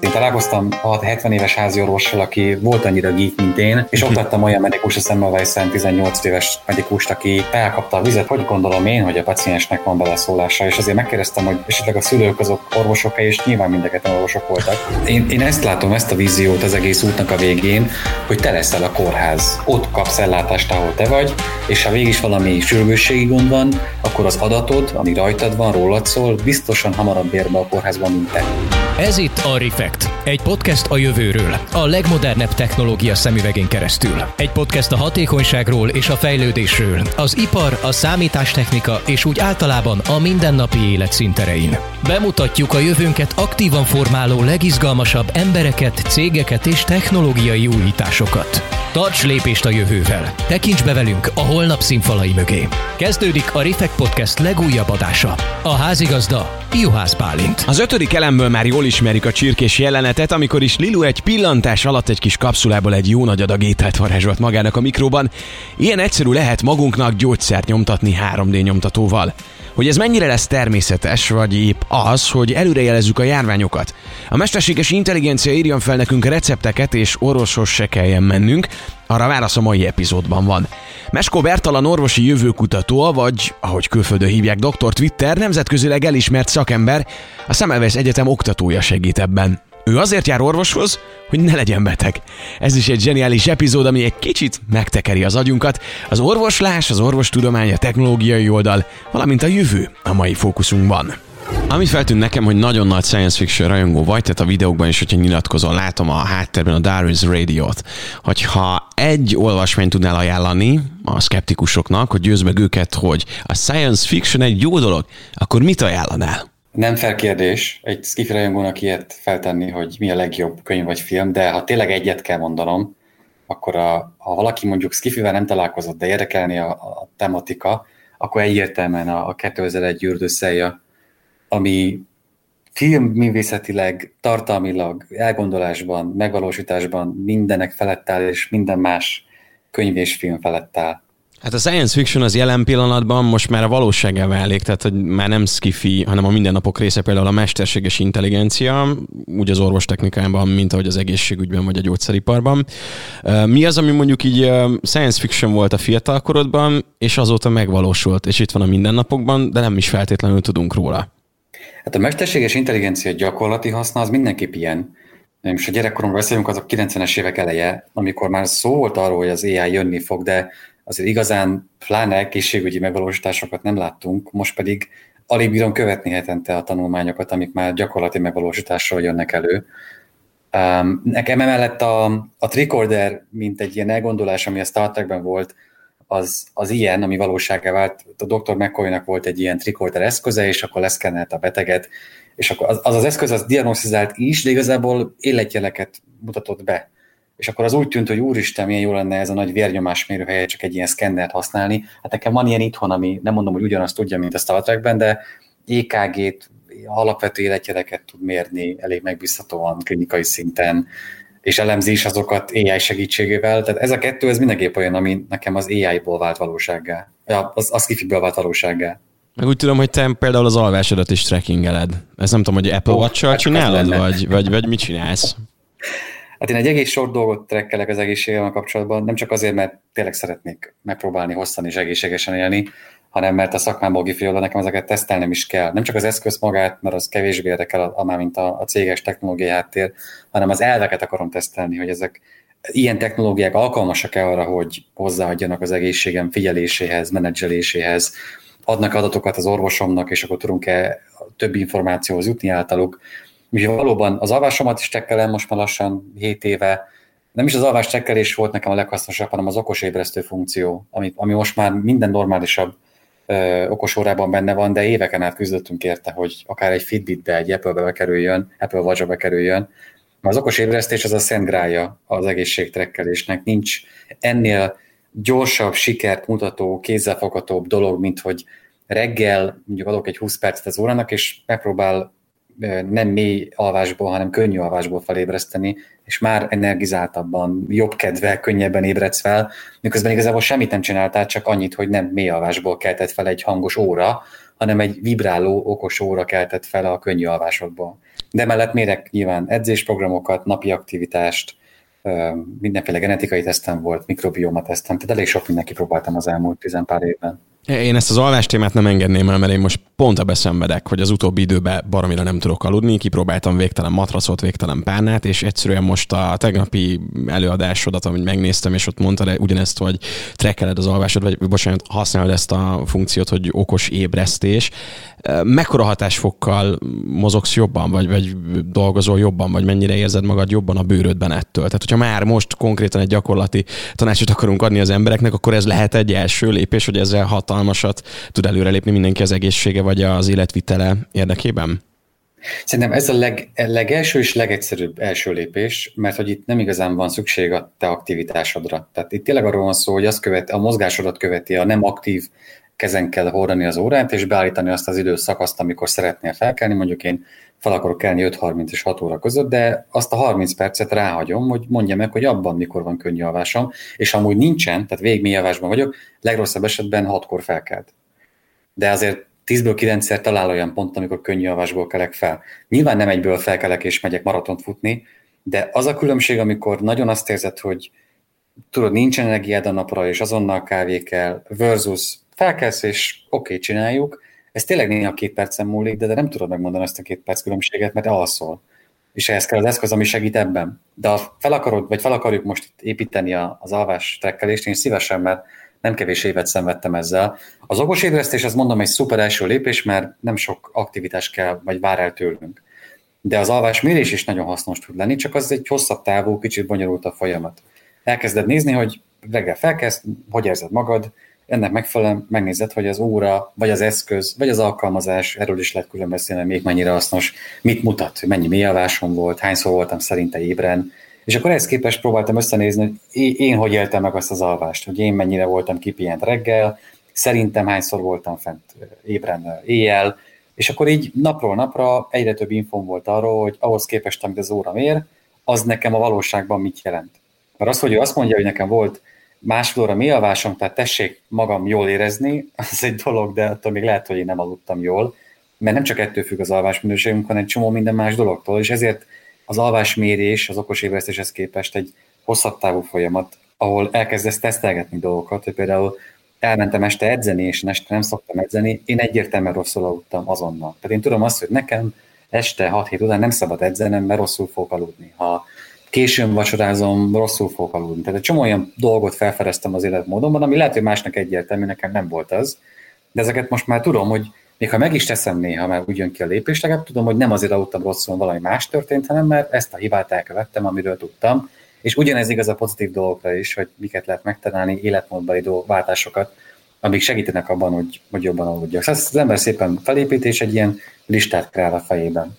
Én találkoztam a 70 éves házi orvossal, aki volt annyira geek, mint én, és oktattam olyan medikust a Semmelweisen 18 éves medikust, aki felkapta a vizet, hogy gondolom én, hogy a paciensnek van beleszólása, és azért megkérdeztem, hogy esetleg a szülők azok orvosok-e, és nyilván mindeket orvosok voltak. Én ezt látom, ezt a víziót az egész útnak a végén, hogy te leszel a kórház. Ott kapsz ellátást, ahol te vagy, és ha végig valami sürgősségi gond van, akkor az adatod, ami rajtad van, rólad szól, biztosan hamarabb ér be a kórházban, mint te. Ez itt a Refekt, egy podcast a jövőről, a legmodernebb technológia szemüvegén keresztül. Egy podcast a hatékonyságról és a fejlődésről, az ipar, a számítástechnika és úgy általában a mindennapi élet színterein. Bemutatjuk a jövőnket aktívan formáló legizgalmasabb embereket, cégeket és technológiai újításokat. Tarts lépést a jövővel! Tekints be velünk a holnap színfalai mögé! Kezdődik a Refekt Podcast legújabb adása. A házigazda Juhász Bálint. Az 5. elemből már jól ismerjük a csirkés jelenetet, amikor is Lilu egy pillantás alatt egy kis kapszulából egy jó nagy adag ételt varázsolt magának a mikróban. Ilyen egyszerű lehet magunknak gyógyszert nyomtatni 3D nyomtatóval. Hogy ez mennyire lesz természetes, vagy épp az, hogy előrejelezzük a járványokat. A mesterséges intelligencia írjon fel nekünk recepteket, és orvoshoz se kelljen mennünk, arra válasz a mai epizódban van. Meskó Bertalan orvosi jövőkutató, vagy ahogy külföldön hívják Dr. Twitter, nemzetközileg elismert szakember, a Semmelweis Egyetem oktatója segít ebben. Ő azért jár orvoshoz, hogy ne legyen beteg. Ez is egy zseniális epizód, ami egy kicsit megtekeri az agyunkat. Az orvoslás, az orvostudomány, a technológiai oldal, valamint a jövő a mai fókuszunkban. Amit feltűnt nekem, hogy nagyon nagy science fiction rajongó vagy, tehát a videókban is, hogyha nyilatkozol, látom a háttérben a Darwin's Radio-t. Hogyha egy olvasmányt tudnál ajánlani a szkeptikusoknak, hogy győzd meg őket, hogy a science fiction egy jó dolog, akkor mit ajánlanál? Nem fair kérdés egy sci-fi rajongónak ilyet feltenni, hogy mi a legjobb könyv vagy film, de ha tényleg egyet kell mondanom, akkor ha valaki mondjuk sci-fivel nem találkozott, de érdekelni a tematika, akkor egyértelműen a 2001 Ürdösszelje, ami filmművészetileg, tartalmilag, elgondolásban, megvalósításban mindenek felett áll, és minden más könyv és film felett áll. Hát a science fiction az jelen pillanatban most már a valósággá válik, tehát hogy már nem sci-fi, hanem a mindennapok része, például a mesterséges intelligencia, úgy az orvostechnikában, mint ahogy az egészségügyben vagy a gyógyszeriparban. Mi az, ami mondjuk így science fiction volt a fiatalkorodban, és azóta megvalósult, és itt van a mindennapokban, de nem is feltétlenül tudunk róla? Hát a mesterséges intelligencia gyakorlati haszna az mindenképp ilyen. Most a gyerekkoromról beszélünk, az a 90-es évek eleje, amikor már szó volt arról, hogy az AI jönni fog, de azért igazán pláne egészségügyi megvalósításokat nem láttunk, most pedig alig bírom követni hetente a tanulmányokat, amik már gyakorlati megvalósításról jönnek elő. Nekem emellett a tricorder, mint egy ilyen elgondolás, ami a Star Trekben volt, az ilyen, ami valósággá vált. A Dr. McCoy-nak volt egy ilyen tricorder eszköze, és akkor leszkennelt a beteget, és akkor az eszköz az diagnosztizált is, de igazából életjeleket mutatott be. És akkor az úgy tűnt, hogy úristen, milyen jó lenne ez a nagy vérnyomásmérő helyett csak egy ilyen szkennert használni. Hát nekem van ilyen itthon, ami nem mondom, hogy ugyanazt tudja, mint a Star Trekben, de EKG-t, alapvető életjeleket tud mérni elég megbízhatóan klinikai szinten, és elemzi is azokat AI segítségével. Tehát ez a kettő, ez mindenképp olyan, ami nekem az AI-ból vált valósággá. Ja, az sci-fiből vált valósággá. Meg úgy tudom, hogy te például az alvásodat is trackingeled. Ez nem tudom, hogy Apple Watch-sal csinálod, vagy mit csinálsz? Hát én egy egész sor dolgot trekkelek az egészségemmel kapcsolatban, nem csak azért, mert tényleg szeretnék megpróbálni hosszan és egészségesen élni, hanem mert a szakmámból kifolyólag nekem ezeket tesztelnem is kell. Nem csak az eszköz magát, mert az kevésbé érdekel, mint a céges technológiai háttér, hanem az elveket akarom tesztelni, hogy ezek ilyen technológiák alkalmasak-e arra, hogy hozzáadjanak az egészségem figyeléséhez, menedzseléséhez, adnak adatokat az orvosomnak, és akkor tudunk-e több információhoz jutni általuk. Úgyhogy valóban az alvásomat is tekkelem most már lassan 7 éve. Nem is az alvás tekkelés volt nekem a leghasznosabb, hanem az okos ébresztő funkció, ami most már minden normálisabb okos órában benne van, de éveken át küzdöttünk érte, hogy akár egy Fitbitbe, egy Apple-be bekerüljön, Apple Watch-ba bekerüljön. Az okos ébresztés az a szent grálja az egészségtrekkelésnek. Nincs ennél gyorsabb, sikert mutató, kézzelfoghatóbb dolog, mint hogy reggel mondjuk adok egy 20 percet az órának, és megpróbál nem mély alvásból, hanem könnyű alvásból felébreszteni, és már energizáltabban, jobb kedvel, könnyebben ébredsz fel, miközben igazából semmit nem csináltál, csak annyit, hogy nem mély alvásból keltett fel egy hangos óra, hanem egy vibráló, okos óra keltett fel a könnyű alvásodból. De mellett mérek nyilván edzésprogramokat, napi aktivitást, mindenféle genetikai tesztem volt, mikrobioma tesztem, tehát elég sok mindenki próbáltam az elmúlt 10 pár évben. Én ezt az alvás témát nem engedném el, mert én most pont abba szenvedek, hogy az utóbbi időben baromira nem tudok aludni, kipróbáltam végtelen matracot, végtelen párnát, és egyszerűen most a tegnapi előadásodat, amit megnéztem, és ott mondtad ugyanezt, hogy trekkeled az alvásod, vagy bocsánat, használod ezt a funkciót, hogy okos ébresztés. Mekkora hatásfokkal mozogsz jobban, vagy dolgozol jobban, vagy mennyire érzed magad jobban a bőrödben ettől? Tehát, hogyha már most konkrétan egy gyakorlati tanácsot akarunk adni az embereknek, akkor ez lehet egy első lépés, hogy ezzel hatalmasat tud előrelépni mindenki az egészsége, vagy az életvitele érdekében? Szerintem ez a legelső és legegyszerűbb első lépés, mert hogy itt nem igazán van szükség a te aktivitásodra. Tehát itt tényleg arról van szó, hogy a mozgásodat követi, a nem aktív kezen kell hordani az órát, és beállítani azt az időszakaszt, amikor szeretnél felkelni. Mondjuk én fel akarok kelni 5:30 és 6 óra között, de azt a 30 percet ráhagyom, hogy mondja meg, hogy abban mikor van könnyű alvásom, és amúgy nincsen, tehát végig alvásban vagyok, legrosszabb esetben 6-kor felkelt. De azért 10-ből 9-szer talál olyan pont, amikor könnyű alvásból kelek fel. Nyilván nem egyből felkelek és megyek maratont futni, de az a különbség, amikor nagyon azt érzed, hogy tudod, nincsen energiád a napra, és azonnal kávé kell, versus felkelsz, és oké, csináljuk. Ez tényleg néha 2 percen múlik, de nem tudod megmondani ezt a 2 perc különbséget, mert alszol. És ehhez kell az eszköz, ami segít ebben. De ha fel akarjuk most építeni az alvás trekkelést, én szívesen, mert nem kevés évet szenvedtem ezzel. Az okos ébresztés, azt mondom, egy szuper első lépés, mert nem sok aktivitás kell, vagy vár el tőlünk. De az alvásmérés is nagyon hasznos tud lenni, csak az egy hosszabb távú, kicsit bonyolultabb folyamat. Elkezded nézni, hogy reggel felkezd, hogy érzed magad, ennek megfelelően megnézed, hogy az óra, vagy az eszköz, vagy az alkalmazás, erről is lehet külön beszélni, még mennyire hasznos, mit mutat, hogy mennyi mély alvásom volt, hányszor voltam szerinte ébren, és akkor ehhez képest próbáltam összenézni, hogy én hogy éltem meg azt az alvást, hogy én mennyire voltam kipihent reggel, szerintem hányszor voltam fent ébren éjjel, és akkor így napról napra egyre több infóm volt arról, hogy ahhoz képest, amit az óra mér, az nekem a valóságban mit jelent. Mert az, hogy ő azt mondja, hogy nekem volt másfél óra mély alvásom, tehát tessék magam jól érezni, az egy dolog, de attól még lehet, hogy én nem aludtam jól, mert nem csak ettől függ az alvásminőségünk, hanem egy csomó minden más dologtól, és ezért az alvásmérés az okos ébresztéshez képest egy hosszabb távú folyamat, ahol elkezdesz tesztelgetni dolgokat, hogy például elmentem este edzeni, és este nem szoktam edzeni, én egyértelműen rosszul aludtam azonnal. Tehát én tudom azt, hogy nekem este 6 hét után nem szabad edzenem, mert rosszul fogok aludni. Ha későn vacsorázom, rosszul fogok aludni. Tehát egy csomó olyan dolgot felfedeztem az életmódomban, ami lehet, hogy másnak egyértelmű, nekem nem volt az, de ezeket most már tudom, hogy még ha meg is teszem néha, már úgy jön ki a lépés, legalább tudom, hogy nem azért aludtam rosszul, valami más történt, hanem mert ezt a hibát elkövettem, amiről tudtam. És ugyanez igaz a pozitív dolgokra is, hogy miket lehet megtalálni, életmódbeli váltásokat, amik segítenek abban, hogy jobban aludjak. Szóval az ember szépen felépít, és egy ilyen listát kreál a fejében.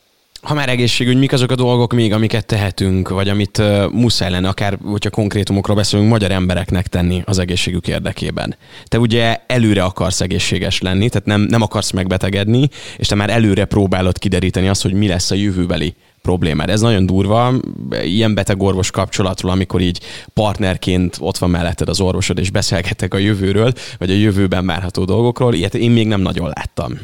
Ha már egészségügy, mik azok a dolgok még, amiket tehetünk, vagy amit muszáj lenne, akár hogyha konkrétumokról beszélünk, magyar embereknek tenni az egészségük érdekében? Te ugye előre akarsz egészséges lenni, tehát nem akarsz megbetegedni, és te már előre próbálod kideríteni azt, hogy mi lesz a jövőbeli problémád. Ez nagyon durva, ilyen beteg-orvos kapcsolatról, amikor így partnerként ott van melletted az orvosod, és beszélgettek a jövőről, vagy a jövőben várható dolgokról, ilyet én még nem nagyon láttam.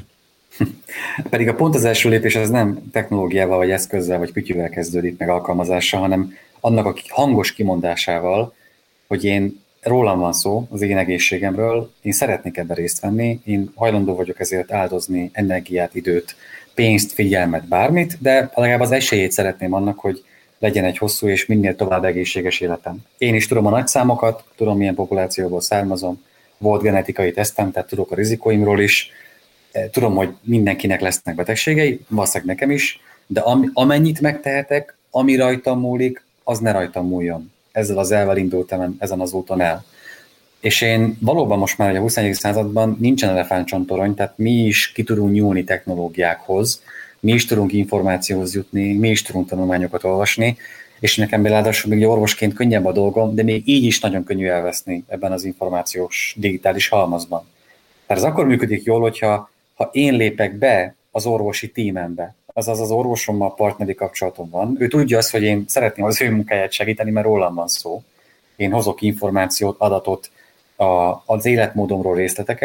Pedig a pont az első lépés az nem technológiával, vagy eszközzel, vagy kütyűvel kezdődik meg alkalmazással, hanem annak a hangos kimondásával, hogy én rólam van szó, az én egészségemről, én szeretnék ebben részt venni, én hajlandó vagyok ezért áldozni energiát, időt, pénzt, figyelmet, bármit, de legalább az esélyét szeretném annak, hogy legyen egy hosszú és minél tovább egészséges életem. Én is tudom a nagyszámokat, tudom milyen populációból származom, volt genetikai tesztem, tehát tudok a rizikóimról is, tudom, hogy mindenkinek lesznek betegségei, valószínűleg nekem is, de amennyit megtehetek, ami rajtam múlik, az ne rajtam múljon. Ezzel az elvel indultam ezen az úton el. És én valóban most már a 21. században nincsen elefántcsontorony, tehát mi is ki tudunk nyúlni technológiákhoz, mi is tudunk információhoz jutni, mi is tudunk tanulmányokat olvasni, és nekem ráadásul még orvosként könnyebb a dolgom, de még így is nagyon könnyű elveszni ebben az információs digitális halmazban. Tehát ez akkor működik jól, hogyha én lépek be az orvosi tímembe, azaz az orvosommal partneri kapcsolatom van, ő tudja azt, hogy én szeretném az ő munkáját segíteni, mert rólam van szó. Én hozok információt, adatot, az életmódomról részleteket,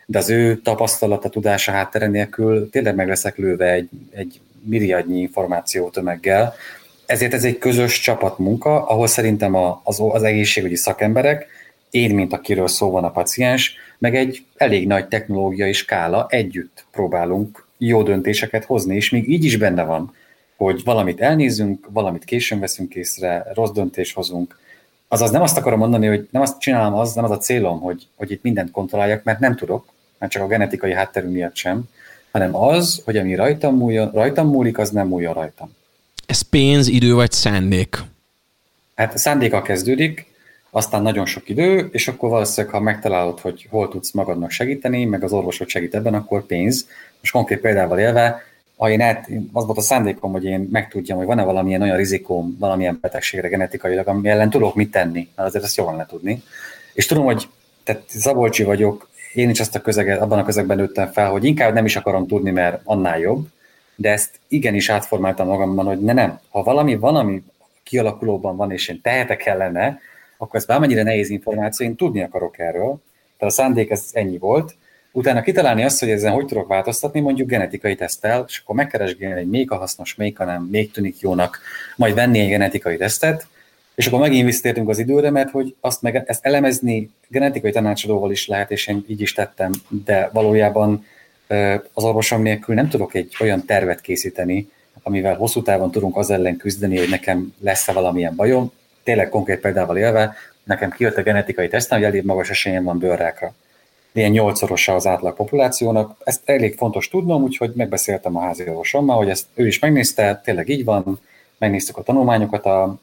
de az ő tapasztalata, tudása, háttere nélkül tényleg meg leszek lőve egy milliárdnyi információtömeggel. Ezért ez egy közös csapatmunka, ahol szerintem az egészségügyi szakemberek, én, mint akiről szó van a paciens, meg egy elég nagy technológiai skála együtt próbálunk jó döntéseket hozni, és még így is benne van, hogy valamit elnézünk, valamit későn veszünk észre, rossz döntést hozunk. Azaz nem azt akarom mondani, hogy nem azt csinálom, nem az a célom, hogy itt mindent kontrolláljak, mert nem tudok, már csak a genetikai hátterünk miatt sem, hanem az, hogy ami rajtam múlik, az nem múljon rajtam. Ez pénz, idő vagy szándék? Hát szándékkal kezdődik, aztán nagyon sok idő, és akkor valószínűleg, ha megtalálod, hogy hol tudsz magadnak segíteni, meg az orvosod segít ebben, akkor pénz. Most konkrét példával élve, az volt a szándékom, hogy én megtudjam, hogy van-e valamilyen olyan rizikóm, valamilyen betegségre genetikailag, ami ellen tudok mit tenni, mert azért ezt jól lenne tudni. És tudom, hogy tehát Szabolcsi vagyok, én is abban a közegben nőttem fel, hogy inkább nem is akarom tudni, mert annál jobb, de ezt igenis átformáltam magamban, hogy nem. Ha valami kialakulóban van, és én tehetek ellene, akkor ez bármennyire nehéz információ, én tudni akarok erről. Tehát a szándék ez ennyi volt. Utána kitalálni azt, hogy ezen hogy tudok változtatni, mondjuk genetikai teszttel, és akkor megkeresgélni, hogy melyik a hasznos, melyik a nem, még tűnik jónak, majd venni egy genetikai tesztet, és akkor megint visszatértünk az időre, mert hogy ezt elemezni genetikai tanácsadóval is lehet, és én így is tettem, de valójában az orvosom nélkül nem tudok egy olyan tervet készíteni, amivel hosszú távon tudunk az ellen küzdeni, hogy nekem lesz-e valamilyen bajom. Tényleg konkrét példával élve, nekem kijött a genetikai tesztem, hogy elég magas esélyem van bőrrákra. Ilyen 8-szorosa az átlag populációnak. Ezt elég fontos tudnom, úgyhogy megbeszéltem a házi orvosommal, hogy ezt ő is megnézte, tényleg így van, megnéztük a tanulmányokat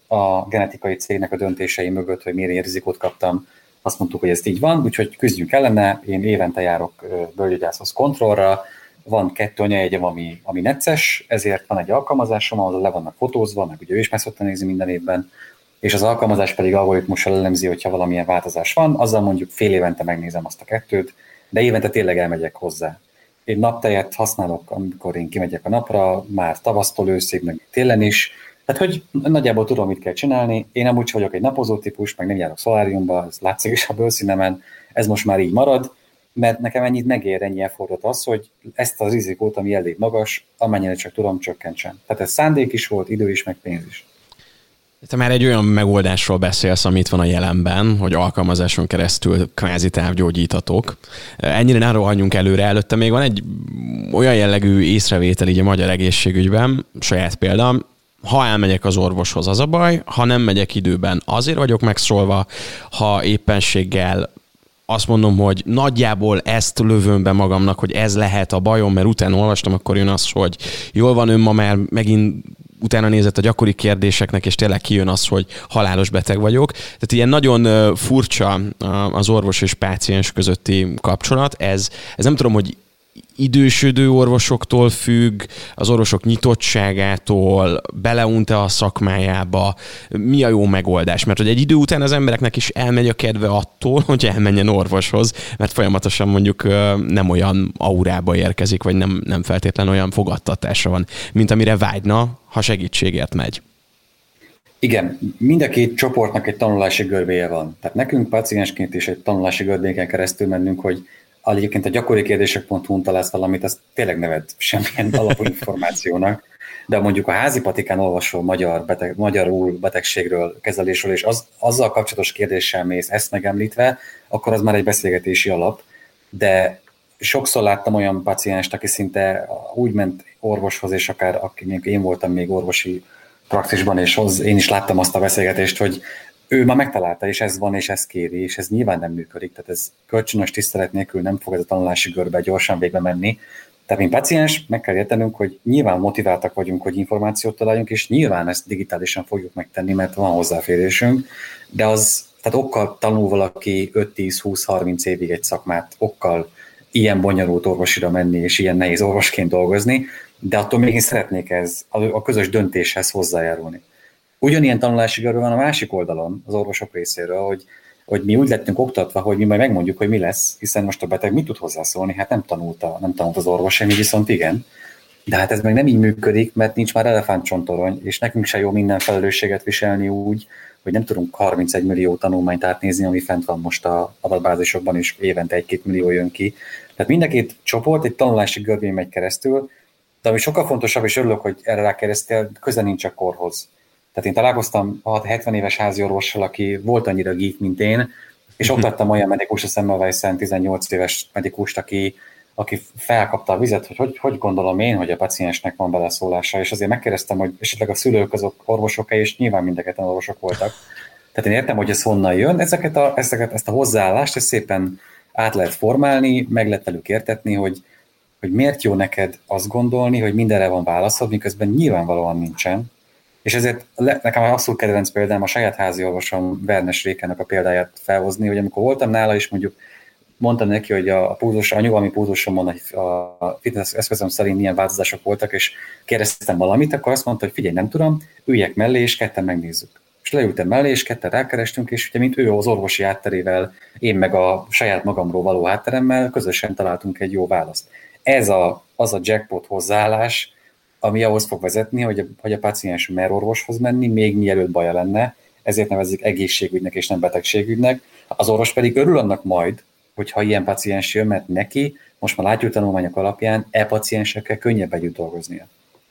a genetikai cégnek a döntései mögött, hogy milyen rizikót kaptam, azt mondtuk, hogy ez így van, úgyhogy küzdjünk ellene, én évente járok bőrgyógyászhoz kontrollra, van 2 anyajegyem, ami necces, ezért van egy alkalmazásom, ahol le vannak fotózva, meg ugye ő is meg szokta nézni minden évben, és az alkalmazás pedig algoritmussal elemzi, hogyha valamilyen változás van, azzal mondjuk fél évente megnézem azt a 2, de évente tényleg elmegyek hozzá. Én naptejet használok, amikor én kimegyek a napra, már tavasztól őszig, meg télen is, tehát hogy nagyjából tudom, mit kell csinálni. Én amúgy vagyok egy napozó típus, meg nem járok szoláriumba, ez látszik is a bőrszínemen, ez most már így marad, mert nekem ennyit megér, ennyi effortot az, hogy ezt a rizikót, ami elég magas, amennyire csak tudom, csökkentsem. Tehát ez szándék is volt, idő is, meg pénz is. Te már egy olyan megoldásról beszélsz, amit van a jelenben, hogy alkalmazáson keresztül kvázi távgyógyítatok. Ennyire ne rohanjunk előre, előtte még van egy olyan jellegű észrevétel így a magyar egészségügyben, saját példám, ha elmegyek az orvoshoz, az a baj, ha nem megyek időben, azért vagyok megszólva, ha éppenséggel azt mondom, hogy nagyjából ezt lövöm be magamnak, hogy ez lehet a bajom, mert utána olvastam, akkor jön az, hogy jól van, ön ma már megint utána nézett a gyakori kérdéseknek, és tényleg kijön az, hogy halálos beteg vagyok. Tehát ilyen nagyon furcsa az orvos és páciens közötti kapcsolat. Ez nem tudom, hogy idősödő orvosoktól függ, az orvosok nyitottságától, beleunta a szakmájába, mi a jó megoldás? Mert hogy egy idő után az embereknek is elmegy a kedve attól, hogy elmenjen orvoshoz, mert folyamatosan mondjuk nem olyan aurába érkezik, vagy nem feltétlenül olyan fogadtatásra van, mint amire vágyna, ha segítségért megy. Igen, mind a két csoportnak egy tanulási görbéje van. Tehát nekünk paciensként is egy tanulási görbéken keresztül mennünk, hogy egyébként a gyakori kérdések.hu-n találsz valamit, az tényleg neved semmilyen alapú információnak, de mondjuk a házi patikán olvasol magyarul betegségről, kezelésről, és azzal kapcsolatos kérdéssel mész ezt megemlítve, akkor az már egy beszélgetési alap, de sokszor láttam olyan pacienst, aki szinte úgy ment orvoshoz, és akár én voltam még orvosi praxisban, és én is láttam azt a beszélgetést, hogy ő már megtalálta, és ez van, és ez kéri, és ez nyilván nem működik, tehát ez kölcsönös tisztelet nélkül nem fog ez a tanulási görbe gyorsan végbe menni. Tehát mint paciens meg kell értenünk, hogy nyilván motiváltak vagyunk, hogy információt találjunk, és nyilván ezt digitálisan fogjuk megtenni, mert van hozzáférésünk, de tehát okkal tanul valaki 5-10-20-30 évig egy szakmát, okkal ilyen bonyolult orvosira menni, és ilyen nehéz orvosként dolgozni, de attól még én szeretnék a közös döntéshez hozzájárulni. Ugyanilyen tanulási görbe van a másik oldalon, az orvosok részéről, hogy mi úgy lettünk oktatva, hogy mi majd megmondjuk, hogy mi lesz, hiszen most a beteg mit tud hozzászólni, hát nem tanult az orvos, mi viszont igen. De hát ez meg nem így működik, mert nincs már elefántcsontorony, és nekünk se jó minden felelősséget viselni úgy, hogy nem tudunk 31 millió tanulmányt átnézni, ami fent van most a adatbázisokban, és évente 1-2 millió jön ki. Tehát mind a két csoport egy tanulási görbén megy keresztül, de ami sokkal fontosabb, és örülök, hogy erre rákeresztél, köze nincs a korhoz. Tehát én találkoztam 70 éves háziorvossal, aki volt annyira geek, mint én, és oktattam olyan medikust a Semmelweisen, 18 éves medikust, aki felkapta a vizet, hogy gondolom én, hogy a paciensnek van beleszólása, és azért megkérdeztem, hogy esetleg a szülők azok orvosok és nyilván mindeket orvosok voltak. Tehát én értem, hogy ez honnan jön, ezt a hozzáállást ezt szépen át lehet formálni, meg lehet velük értetni, hogy miért jó neked azt gondolni, hogy mindenre van válaszod, miközben nyilvánvalóan nincsen. És ezért nekem abszolút kedvenc példám a saját házi orvosom Vernes Rékának a példáját felhozni, hogy amikor voltam nála, és mondjuk mondtam neki, hogy a nyugalmi pulzusomon a fitness eszközöm szerint milyen változások voltak, és kérdeztem valamit, akkor azt mondta, hogy figyelj, nem tudom, üljek mellé, és ketten megnézzük. És leültem mellé, és ketten rákerestünk, és ugye, mint ő az orvosi hátterével, én meg a saját magamról való hátteremmel közösen találtunk egy jó választ. Ez az a jackpot hozzáállás, ami ahhoz fog vezetni, hogy a páciens mer orvoshoz menni, még mielőtt baja lenne, ezért nevezik egészségügynek és nem betegségügynek. Az orvos pedig örül annak majd, hogyha ilyen paciens jön, mert neki most már látjuk tanulmányok alapján e-paciensekkel könnyebb együtt dolgoznia.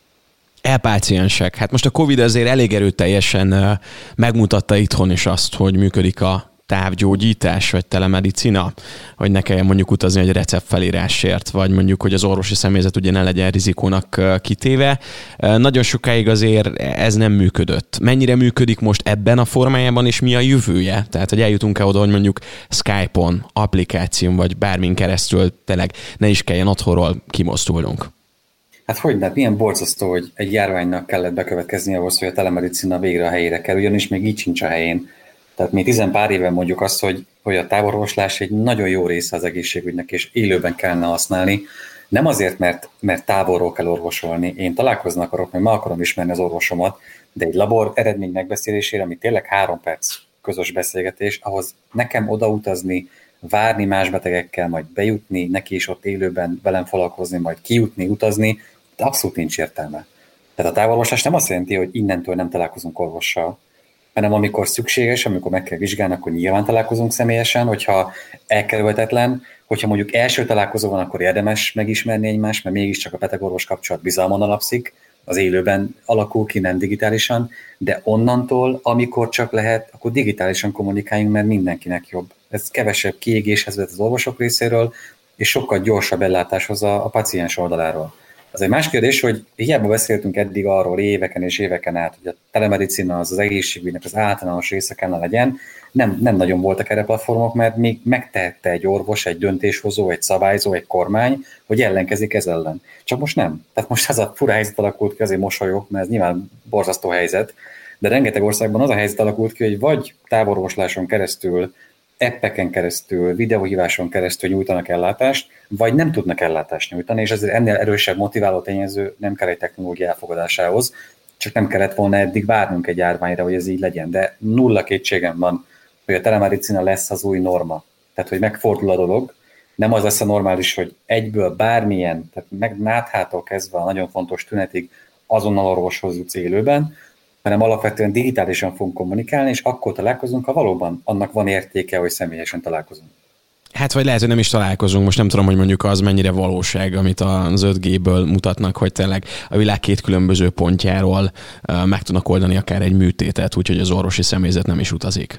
E-páciensek. Hát most a Covid azért elég erőteljesen megmutatta itthon is azt, hogy működik a távgyógyítás, vagy telemedicina, hogy ne kelljen mondjuk utazni egy receptfelírásért, vagy mondjuk, hogy az orvosi személyzet ugye ne legyen rizikónak kitéve. Nagyon sokáig azért ez nem működött. Mennyire működik most ebben a formájában, és mi a jövője? Tehát, hogy eljutunk-e oda, hogy mondjuk Skype-on, applikáción, vagy bármin keresztül tényleg ne is kelljen otthonról kimozdulnunk. Hát hogyne, milyen borzasztó, hogy egy járványnak kellett bekövetkezni ahhoz, hogy a telemedicina végre a helyére kerüljön, és még így sincs a helyén. Tehát mi 10 pár éven mondjuk azt, hogy a távolorvoslás egy nagyon jó része az egészségügynek, és élőben kellene használni. Nem azért, mert távolról kell orvosolni. Én találkozni akarok, mert ma akarom ismerni az orvosomat, de egy labor eredmény megbeszélésére, ami tényleg 3 perc közös beszélgetés, ahhoz nekem odautazni, várni más betegekkel, majd bejutni, neki is ott élőben velem foglalkozni, majd kijutni, utazni, de abszolút nincs értelme. Tehát a távolorvoslás nem azt jelenti, hogy innentől nem találkozunk orvossal, hanem amikor szükséges, amikor meg kell vizsgálni, akkor nyilván találkozunk személyesen, hogyha elkerülhetetlen, hogyha mondjuk első találkozó van, akkor érdemes megismerni egymást, mert mégiscsak a beteg-orvos kapcsolat bizalmon alapszik, az élőben alakul ki, nem digitálisan, de onnantól, amikor csak lehet, akkor digitálisan kommunikáljunk, mert mindenkinek jobb. Ez kevesebb kiégéshez vezet az orvosok részéről, és sokkal gyorsabb ellátáshoz a paciens oldaláról. Az egy más kérdés, hogy hiába beszéltünk eddig arról éveken és éveken át, hogy a telemedicina az egészségügynek az általános része kellene legyen, nem nagyon voltak erre platformok, mert még megtehette egy orvos, egy döntéshozó, egy szabályzó, egy kormány, hogy ellenkezik ez ellen. Csak most nem. Tehát most ez a fura helyzet alakult ki, azért mosolyog, mert ez nyilván borzasztó helyzet, de rengeteg országban az a helyzet alakult ki, hogy vagy távolorvosláson keresztül, appeken keresztül, videóhíváson keresztül nyújtanak ellátást, vagy nem tudnak ellátást nyújtani, és ezért ennél erősebb motiváló tényező nem kell egy technológia elfogadásához, csak nem kellett volna eddig várnunk egy járványra, hogy ez így legyen. De nulla kétségem van, hogy a telemedicina lesz az új norma. Tehát, hogy megfordul a dolog, nem az lesz a normális, hogy egyből bármilyen, tehát meg náthától kezdve a nagyon fontos tünetig azonnal orvoshoz jutsz élőben, hanem alapvetően digitálisan fogunk kommunikálni, és akkor találkozunk, ha valóban annak van értéke, hogy személyesen találkozunk. Hát vagy lehet, hogy nem is találkozunk. Most nem tudom, hogy mondjuk az mennyire valóság, amit az 5G-ből mutatnak, hogy tényleg a világ 2 különböző pontjáról meg tudnak oldani akár egy műtétet, úgyhogy az orvosi személyzet nem is utazik.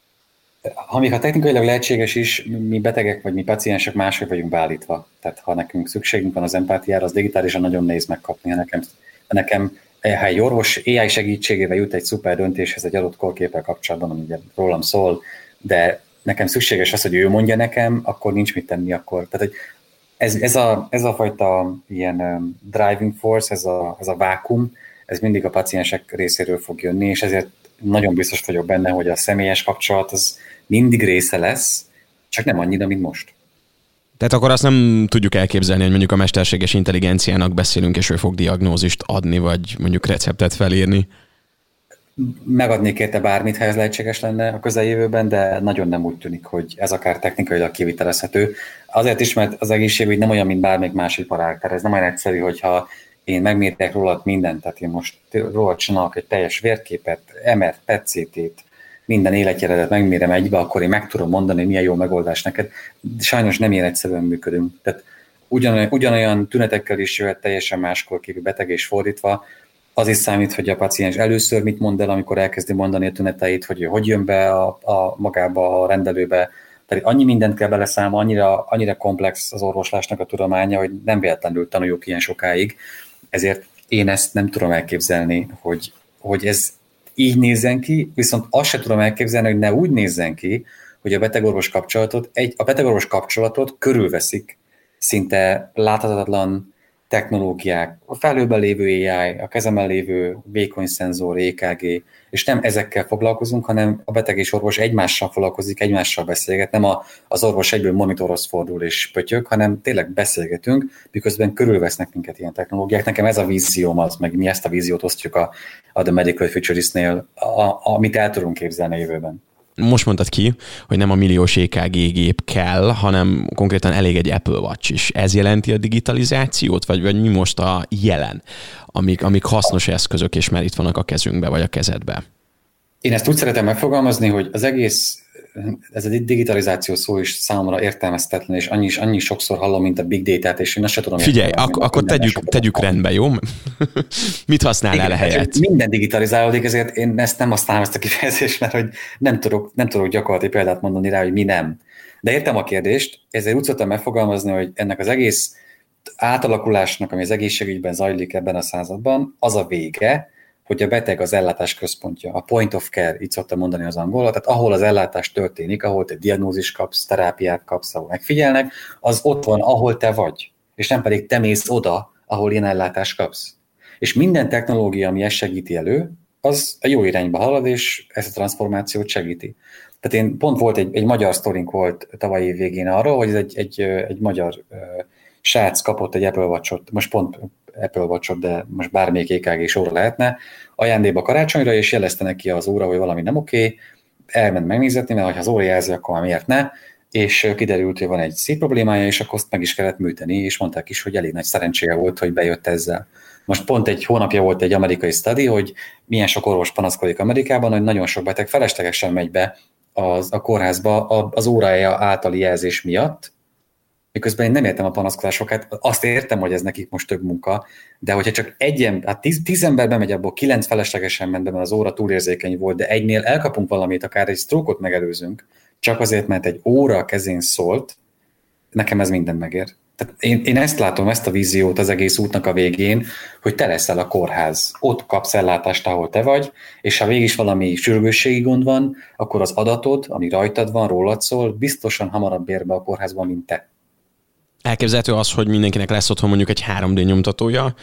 Még ha technikailag lehetséges is, mi betegek vagy mi paciensek máshogy vagyunk beállítva. Tehát ha nekünk szükségünk van az empátiára, az digitálisan nagyon nehéz megkapni. Nekem ha egy orvos AI segítségével jut egy szuper döntéshez egy adott korképpel kapcsolatban, ami ugye rólam szól, de nekem szükséges az, hogy ő mondja nekem, akkor nincs mit tenni akkor. Tehát, hogy ez a fajta ilyen driving force, ez a vákum, ez mindig a paciensek részéről fog jönni, és ezért nagyon biztos vagyok benne, hogy a személyes kapcsolat az mindig része lesz, csak nem annyira, mint most. Tehát akkor azt nem tudjuk elképzelni, hogy mondjuk a mesterséges intelligenciának beszélünk, és ő fog diagnózist adni, vagy mondjuk receptet felírni. Megadnék érte bármit, ha ez lehetséges lenne a közeljövőben, de nagyon nem úgy tűnik, hogy ez akár technikailag kivitelezhető. Azért is, mert az egészségügy nem olyan, mint bármelyik más iparág. Tehát ez nem olyan egyszerű, hogyha én megmértek rólad mindent, tehát én most rólad csinálok egy teljes vérképet, MR-t, PET-CT-t, minden életjelet megmérem egybe, akkor én meg tudom mondani, milyen jó megoldás neked. Sajnos nem ilyen egyszerűen működünk. Tehát ugyanolyan tünetekkel is jöhet teljesen máskor kívül beteg és fordítva. Az is számít, hogy a paciens először mit mond el, amikor elkezdi mondani a tüneteit, hogy jön be magába a rendelőbe. Tehát annyi mindent kell beleszámolni, annyira komplex az orvoslásnak a tudománya, hogy nem véletlenül tanuljuk ilyen sokáig. Ezért én ezt nem tudom elképzelni, hogy ez így nézzen ki, viszont azt sem tudom elképzelni, hogy ne úgy nézzen ki, hogy a betegorvos kapcsolatot körülveszik szinte láthatatlan technológiák, a felhőben lévő AI, a kezemen lévő vékony szenzor, EKG, és nem ezekkel foglalkozunk, hanem a beteg és orvos egymással foglalkozik, egymással beszélget, nem az orvos egyből monitorhoz fordul és pötyög, hanem tényleg beszélgetünk, miközben körülvesznek minket ilyen technológiák. Nekem ez a vízióm az, meg mi ezt a víziót osztjuk a The Medical Futurist-nél, amit el tudunk képzelni a jövőben. Most mondtad ki, hogy nem a milliós EKG gép kell, hanem konkrétan elég egy Apple Watch is. Ez jelenti a digitalizációt, vagy mi most a jelen, amik hasznos eszközök, és már itt vannak a kezünkbe, vagy a kezedbe? Én ezt úgy szeretem megfogalmazni, hogy az egész, ez a digitalizáció szó is számomra értelmezhetetlen, és annyi sokszor hallom, mint a big data-t, és én azt sem tudom. Figyelj, akkor tegyük rendbe, jó? Mit használnál a helyet? Minden digitalizálódik, ezért én nem használom ezt a kifejezést, mert hogy nem tudok gyakorlati példát mondani rá, hogy mi nem. De értem a kérdést, ezért úgy szoktam megfogalmazni, hogy ennek az egész átalakulásnak, ami az egészségügyben zajlik ebben a században, az a vége, hogy a beteg az ellátás központja, a point of care, így szoktam mondani az angolra, tehát ahol az ellátás történik, ahol te diagnózis kapsz, terápiát kapsz, ahol megfigyelnek, az ott van, ahol te vagy, és nem pedig te mész oda, ahol ilyen ellátást kapsz. És minden technológia, ami ezt segíti elő, az a jó irányba halad, és ezt a transformációt segíti. Tehát pont volt egy magyar sztorink volt tavalyi év végén arról, hogy egy magyar srác kapott egy Apple Watch-ot, most pont Apple Watch-ot, de most bármelyik EKG-s óra lehetne, ajándékba karácsonyra, és jelezte neki az óra, hogy valami nem oké, elment megnézetni, mert ha az óra jelzi, akkor miért ne, és kiderült, hogy van egy szív problémája, és akkor azt meg is kellett műteni, és mondták is, hogy elég nagy szerencséje volt, hogy bejött ezzel. Most pont egy hónapja volt egy amerikai study, hogy milyen sok orvos panaszkodik Amerikában, hogy nagyon sok beteg feleslegesen megy be a kórházba az órája általi jelzés miatt, miközben én nem értem a panaszkodásokat, azt értem, hogy ez nekik most több munka, de hogyha csak 10 ember bemegy, abból 9 feleslegesen ment be, mert az óra túlérzékeny volt, de egynél elkapunk valamit, akár egy stroke-ot megelőzünk, csak azért, mert egy óra a kezén szólt, nekem ez minden megér. Tehát én ezt látom, ezt a víziót az egész útnak a végén, hogy te leszel a kórház. Ott kapsz ellátást, ahol te vagy, és ha végig is valami sürgősségi gond van, akkor az adatod, ami rajtad van, rólad szól, biztosan hamarabb ér be a kórházban, mint te. Elképzelhető az, hogy mindenkinek lesz otthon mondjuk egy 3D nyomtatója,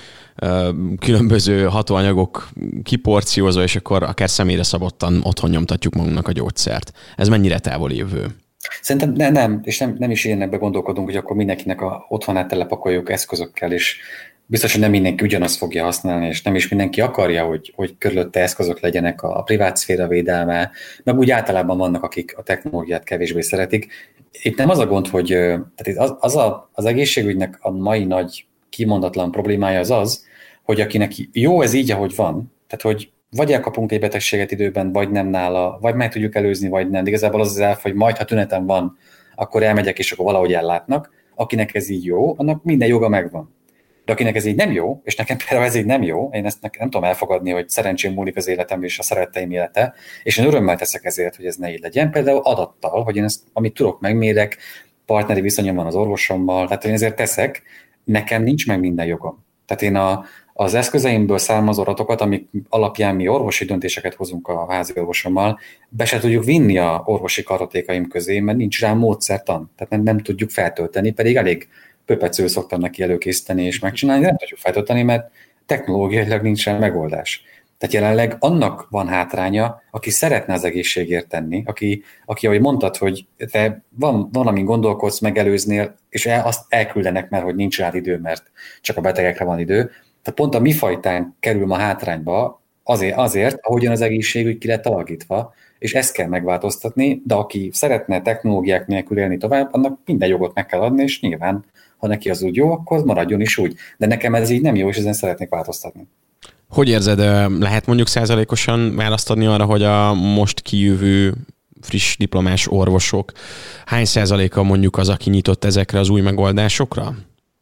különböző hatóanyagok kiporciózva, és akkor akár személyre szabottan otthon nyomtatjuk magunknak a gyógyszert. Ez mennyire távoli jövő? Szerintem nem, és nem is ilyenekbe gondolkodunk, hogy akkor mindenkinek a otthonát telepakoljuk eszközökkel, és biztos, hogy nem mindenki ugyanazt fogja használni, és nem is mindenki akarja, hogy körülötte eszközök legyenek, a privát szféra védelme, meg úgy általában vannak, akik a technológiát kevésbé szeretik. Itt nem az a gond, hogy tehát az egészségügynek a mai nagy kimondatlan problémája az, hogy akinek jó ez így, ahogy van, tehát hogy vagy elkapunk egy betegséget időben, vagy nem nála, vagy meg tudjuk előzni, vagy nem. De igazából az elf, hogy majd, ha tünetem van, akkor elmegyek, és akkor valahogy ellátnak. Akinek ez így jó, annak minden joga megvan. De akinek ez így nem jó, és nekem például ez így nem jó, én ezt nem tudom elfogadni, hogy szerencsém múlik az életem és a szeretteim élete, és én örömmel teszek ezért, hogy ez ne így legyen. Például adattal, hogy én ezt, amit tudok, megmérek, partneri viszonyom van az orvosommal, tehát én ezért teszek, nekem nincs meg minden jogom. Tehát én az eszközeimből származó adatokat, amik alapján mi orvosi döntéseket hozunk a házi orvosommal, be se tudjuk vinni a orvosi kartotékaim közé, mert nincs rá módszertan, tehát nem tudjuk feltölteni, pedig elég pöpecül szoktam neki előkészíteni és megcsinálni, de nem tudjuk feltölteni, mert technológiailag nincs rá megoldás. Tehát jelenleg annak van hátránya, aki szeretne az egészségért tenni, aki ahogy mondtad, hogy te van amin gondolkodsz, megelőznél, és azt elküldenek, mert hogy nincs rá idő, mert csak a betegekre van idő. Tehát pont a mi fajtán kerül ma hátrányba azért, ahogyan az egészségügy ki lett alakítva, és ezt kell megváltoztatni, de aki szeretne technológiák nélkül élni tovább, annak minden jogot meg kell adni, és nyilván, ha neki az úgy jó, akkor maradjon is úgy. De nekem ez így nem jó, és ezen szeretnék változtatni. Hogy érzed, lehet mondjuk százalékosan választ adni arra, hogy a most kijövő friss diplomás orvosok hány százaléka mondjuk az, aki nyitott ezekre az új megoldásokra?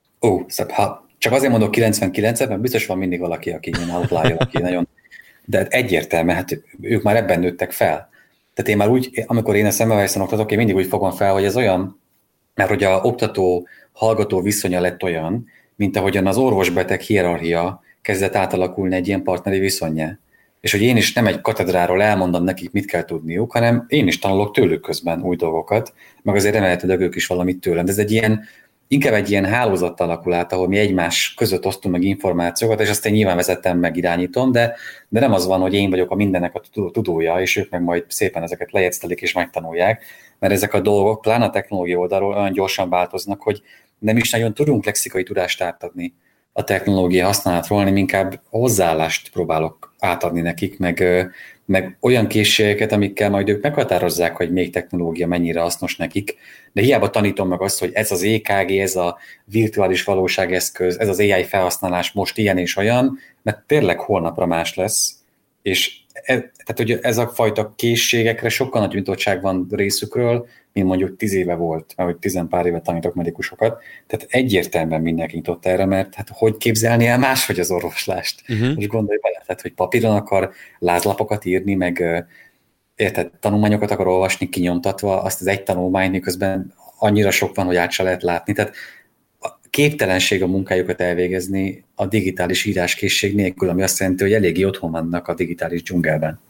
Ha csak azért mondok 99-et, mert biztos van mindig valaki, aki ilyen outlier, aki nagyon... De egyértelmű, hát ők már ebben nőttek fel. Tehát én már úgy, amikor én a Semmelweisen oktatok, én mindig úgy fogom fel, hogy ez olyan, mert hogy a oktató-hallgató viszonya lett olyan, mint ahogyan az orvos-beteg hierarchia kezdett átalakulni egy ilyen partneri viszonnyá. És hogy én is nem egy katedráról elmondom nekik, mit kell tudniuk, hanem én is tanulok tőlük közben új dolgokat, meg azért remélhetőleg ők is valamit tőlem. De ez inkább egy ilyen hálózat alakul át, ahol mi egymás között osztunk meg információkat, és azt én nyilván vezetem, meg irányítom, de nem az van, hogy én vagyok a mindennek a tudója, és ők meg majd szépen ezeket lejegyztelik és megtanulják, mert ezek a dolgok, pláne a technológia oldalról olyan gyorsan változnak, hogy nem is nagyon tudunk lexikai tudást átadni a technológia használatról, hanem inkább hozzáállást próbálok átadni nekik, meg olyan készségeket, amikkel majd ők meghatározzák, hogy még technológia mennyire hasznos nekik, de hiába tanítom meg azt, hogy ez az EKG, ez a virtuális valóságeszköz, ez az AI felhasználás most ilyen és olyan, mert tényleg holnapra más lesz, és tehát, hogy ez a fajta készségekre sokkal nagy nyitottság van részükről, mint mondjuk 10 éve volt, mert hogy 10 pár éve tanítok medikusokat, tehát egyértelműen mindenki nyitott erre, mert hát hogy képzelni el máshogy az orvoslást? Most gondolj bele, tehát, hogy papíron akar lázlapokat írni, meg érted, tanulmányokat akar olvasni kinyomtatva, azt az egy tanulmány, miközben annyira sok van, hogy át se lehet látni, tehát képtelenség a munkájukat elvégezni a digitális íráskészség nélkül, ami azt jelenti, hogy eléggé otthon vannak a digitális dzsungelben.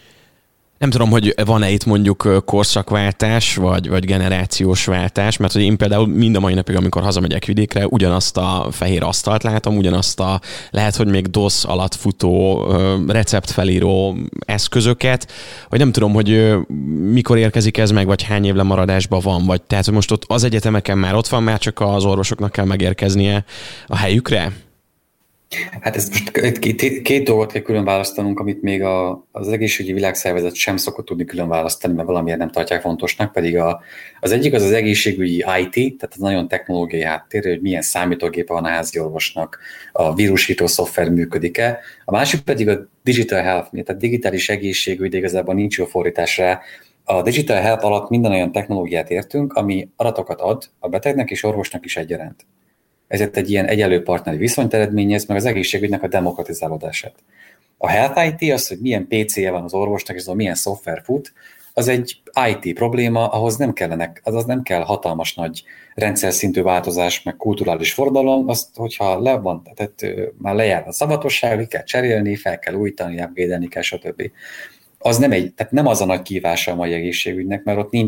Nem tudom, hogy van-e itt mondjuk korszakváltás, vagy generációs váltás, mert hogy én például mind a mai napig, amikor hazamegyek vidékre, ugyanazt a fehér asztalt látom, ugyanazt a lehet, hogy még DOS alatt futó receptfelíró eszközöket, vagy nem tudom, hogy mikor érkezik ez meg, vagy hány év lemaradásban van, vagy tehát, hogy most ott az egyetemeken már ott van, már csak az orvosoknak kell megérkeznie a helyükre? Hát ez most két dolgot kell külön választanunk, amit még az egészségügyi világszervezet sem szokott tudni külön választani, mert valamiért nem tartják fontosnak, pedig az egyik az egészségügyi IT, tehát az nagyon technológiai háttér, hogy milyen számítógépe van a házi orvosnak, a vírusító szoftver működik-e, a másik pedig a digital health, tehát digitális egészségügy, de igazából nincs jó fordítás rá. A digital health alatt minden olyan technológiát értünk, ami adatokat ad a betegnek és orvosnak is egyaránt. Ezért egy ilyen egyenlő partneri viszonyt eredményez, meg az egészségügynek a demokratizálódását. A Health IT az, hogy milyen PC-je van az orvosnak, és az milyen szoftver fut, az egy IT probléma, ahhoz nem kell hatalmas nagy rendszer szintű változás, meg kulturális forradalom, azt, hogyha tehát már lejár a szavatosság, ki kell cserélni, fel kell újítani, upgrade-elni kell, stb. Tehát nem az a nagy kívása a mai egészségügynek, mert ott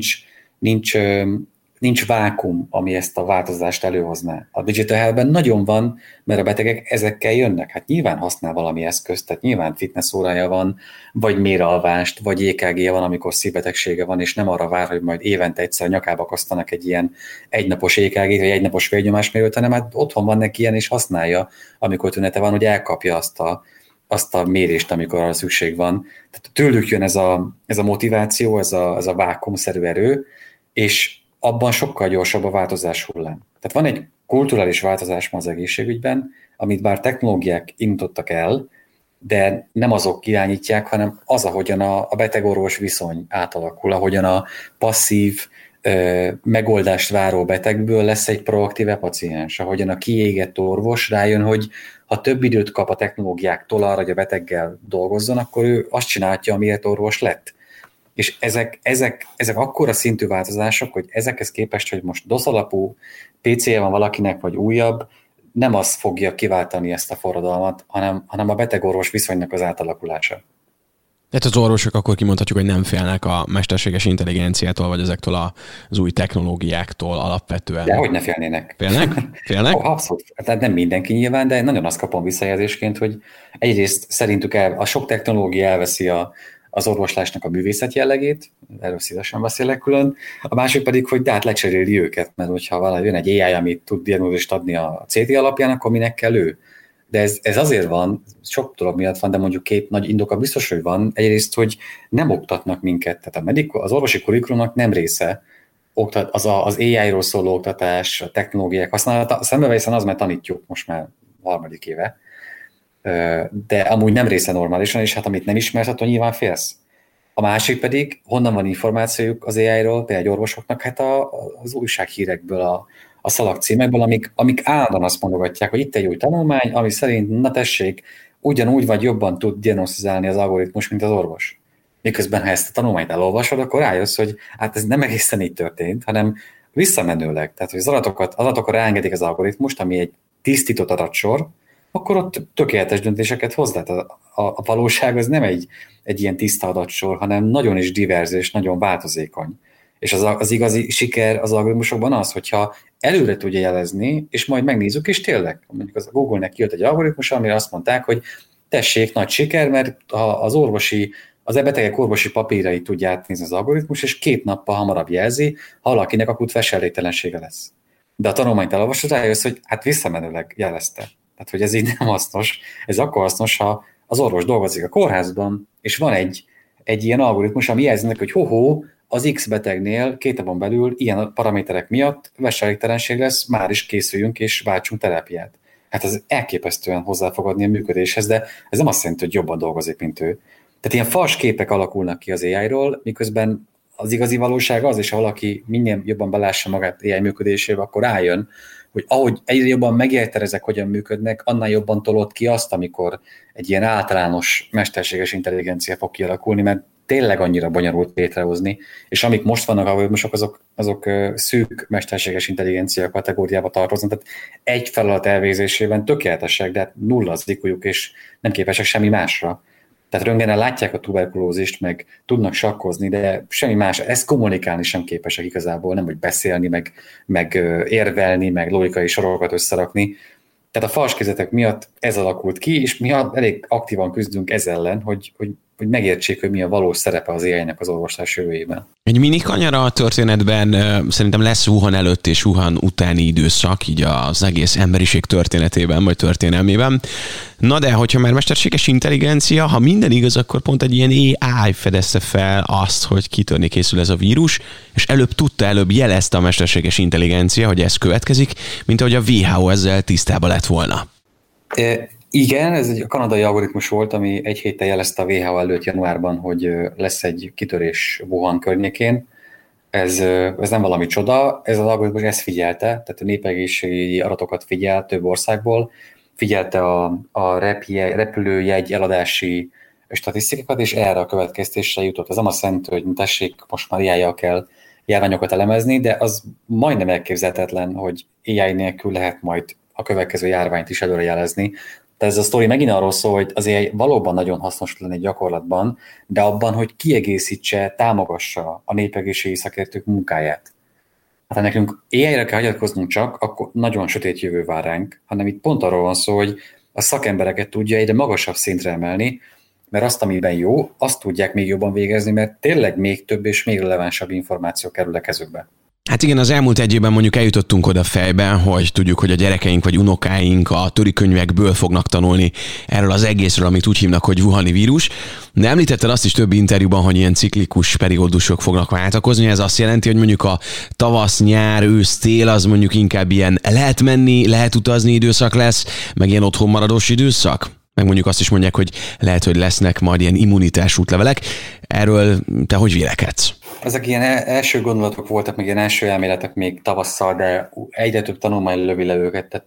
nincs vákum, ami ezt a változást előhozná. A Digital Health-ben nagyon van, mert a betegek ezekkel jönnek. Hát nyilván használ valami eszközt, tehát nyilván fitness órája van, vagy méralvást, vagy EKG-je van, amikor szívbetegsége van, és nem arra vár, hogy majd évente egyszer nyakába akasztanak egy ilyen egynapos EKG-t, vagy egynapos vérnyomásmérőt, hanem hát otthon van neki ilyen, és használja, amikor tünete van, hogy elkapja azt a mérést, amikor arra szükség van. Tehát tőlük jön ez a motiváció, ez a vákumszerű erő, és abban sokkal gyorsabb a változás hullám. Tehát van egy kulturális változás ma az egészségügyben, amit bár technológiák indítottak el, de nem azok irányítják, hanem az, ahogyan a beteg-orvos viszony átalakul, ahogyan a passzív megoldást váró betegből lesz egy proaktíve paciens, ahogyan a kiégett orvos rájön, hogy ha több időt kap a technológiáktól arra, hogy a beteggel dolgozzon, akkor ő azt csinálja, amiért orvos lett. És ezek akkora szintű változások, hogy ezekhez képest, hogy most DOS alapú PC-je van valakinek, vagy újabb, nem az fogja kiváltani ezt a forradalmat, hanem a beteg-orvos viszonynak az átalakulása. Tehát az orvosok akkor kimondhatjuk, hogy nem félnek a mesterséges intelligenciától, vagy ezektől az új technológiáktól alapvetően. De hogy ne félnének? Félnek? Abszolút. Tehát nem mindenki nyilván, de nagyon azt kapom visszajelzésként, hogy egyrészt szerintük a sok technológia elveszi az orvoslásnak a művészet jellegét, erről szívesen beszélek külön, a másik pedig, hogy de hát lecseréli őket, mert hogyha valami jön egy AI, amit tud diagnózist adni a CT alapján, akkor minek kell ő? De ez azért van, sok dolog miatt van, de mondjuk két nagy indoka biztos, hogy van. Egyrészt, hogy nem oktatnak minket, tehát az orvosi kurikulumnak nem része az AI-ról szóló oktatás, a technológiák használata. A Semmelweisen az, mert tanítjuk most már 3. éve. de amúgy nem része normálisan, és hát amit nem ismersz, attól nyilván félsz. A másik pedig, honnan van információjuk az AI-ról, például egy orvosoknak, hát az újsághírekből, a szalagcímekből, amik állandóan azt mondogatják, hogy itt egy új tanulmány, ami szerint, na tessék, ugyanúgy vagy jobban tud diagnosztizálni az algoritmus, mint az orvos. Miközben, ha ezt a tanulmányt elolvasod, akkor rájössz, hogy hát ez nem egészen így történt, hanem visszamenőleg. Tehát, hogy az adatokra ráengedik az algoritmust, ami egy tisztított adatsor, akkor ott tökéletes döntéseket hoz. Tehát a valóság az nem egy ilyen tiszta adatsor, hanem nagyon is divers és nagyon változékony. És az igazi siker az algoritmusokban az, hogyha előre tudja jelezni, és majd megnézzük, és tényleg, mondjuk a Google-nek kijött egy algoritmus, amire azt mondták, hogy tessék, nagy siker, mert az betegek orvosi papírait tudja átnézni az algoritmus, és 2 nappal hamarabb jelzi, ha valakinek akut veselégtelensége lesz. De a tanulmányt elolvasod, rájössz, hogy hát visszamenőleg jelezte. Tehát, hogy ez így nem hasznos. Ez akkor hasznos, ha az orvos dolgozik a kórházban, és van egy ilyen algoritmus, ami jelzi, hogy az X betegnél 2 napon belül ilyen paraméterek miatt veselégtelenség lesz, már is készüljünk és váltsunk terápiát. Hát ez elképesztően hozzá fog adni a működéshez, de ez nem azt jelenti, hogy jobban dolgozik, mint ő. Tehát ilyen fals képek alakulnak ki az AI-ról, miközben az igazi valóság az, és ha valaki minél jobban belássa magát AI működésébe, akkor rájön, hogy ahogy egyre jobban megérted ezek, hogyan működnek, annál jobban tolod ki azt, amikor egy ilyen általános mesterséges intelligencia fog kialakulni, mert tényleg annyira bonyolult létrehozni, és amik most vannak algoritmusok, azok szűk mesterséges intelligencia kategóriába tartoznak, tehát egy feladat elvégzésében tökéletesek, de nulla az IQ-juk, és nem képesek semmi másra. Tehát röntgenen látják a tuberkulózist, meg tudnak sakkozni, de semmi más, ezt kommunikálni sem képesek igazából, nem hogy beszélni, meg érvelni, meg logikai sorokat összerakni. Tehát a falskézetek miatt ez alakult ki, és mi elég aktívan küzdünk ez ellen, hogy megértsék, hogy mi a valós szerepe az AI-nek az orvoslás jövőjében. Egy mini kanyara a történetben, szerintem lesz Wuhan előtt és Wuhan utáni időszak, így az egész emberiség történetében, vagy történelmében. Na de, hogyha már mesterséges intelligencia, ha minden igaz, akkor pont egy ilyen AI fedezte fel azt, hogy kitörni készül ez a vírus, és előbb jelezte a mesterséges intelligencia, hogy ez következik, mint ahogy a WHO ezzel tisztában lett volna. Igen, ez egy kanadai algoritmus volt, ami egy héttel jelezte a WHO előtt januárban, hogy lesz egy kitörés Wuhan környékén. Ez nem valami csoda, ez az algoritmus ezt figyelte, tehát a népegészségügyi adatokat figyel több országból, figyelte a repülőjegy eladási statisztikákat, és erre a következtésre jutott. Ez nem azt jelenti, hogy tessék, most már AI-jal kell járványokat elemezni, de az majdnem elképzelhetetlen, hogy AI nélkül lehet majd a következő járványt is előrejelezni. Tehát ez a sztori megint arról szól, hogy az AI valóban nagyon hasznos lenni gyakorlatban, de abban, hogy kiegészítse, támogassa a népegészségügyi szakértők munkáját. Hát ha nekünk AI-re kell hagyatkoznunk csak, akkor nagyon sötét jövő vár ránk, hanem itt pont arról van szó, hogy a szakembereket tudja egyre magasabb szintre emelni, mert azt, amiben jó, azt tudják még jobban végezni, mert tényleg még több és még relevánsabb információ kerül a kezükbe. Hát igen, az elmúlt egy évben mondjuk eljutottunk oda fejben, hogy tudjuk, hogy a gyerekeink vagy unokáink a törikönyvekből fognak tanulni erről az egészről, amit úgy hívnak, hogy wuhani vírus. De említetted azt is több interjúban, hogy ilyen ciklikus periódusok fognak váltakozni. Ez azt jelenti, hogy mondjuk a tavasz, nyár, ősz, tél az mondjuk inkább ilyen lehet menni, lehet utazni időszak lesz, meg ilyen otthonmaradós időszak? Meg mondjuk azt is mondják, hogy lehet, hogy lesznek majd ilyen immunitás útlevelek. Erről te hogy vélekedsz? Ezek ilyen első gondolatok voltak, meg ilyen első elméletek még tavasszal, de egyre több tanulmány lövi le őket. Tehát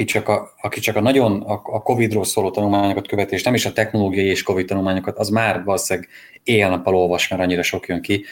aki csak a Covid-ról szóló tanulmányokat követi, és nem is a technológiai és Covid tanulmányokat, az már valószínűleg éjjel-nappal olvas, mert annyira sok jön ki.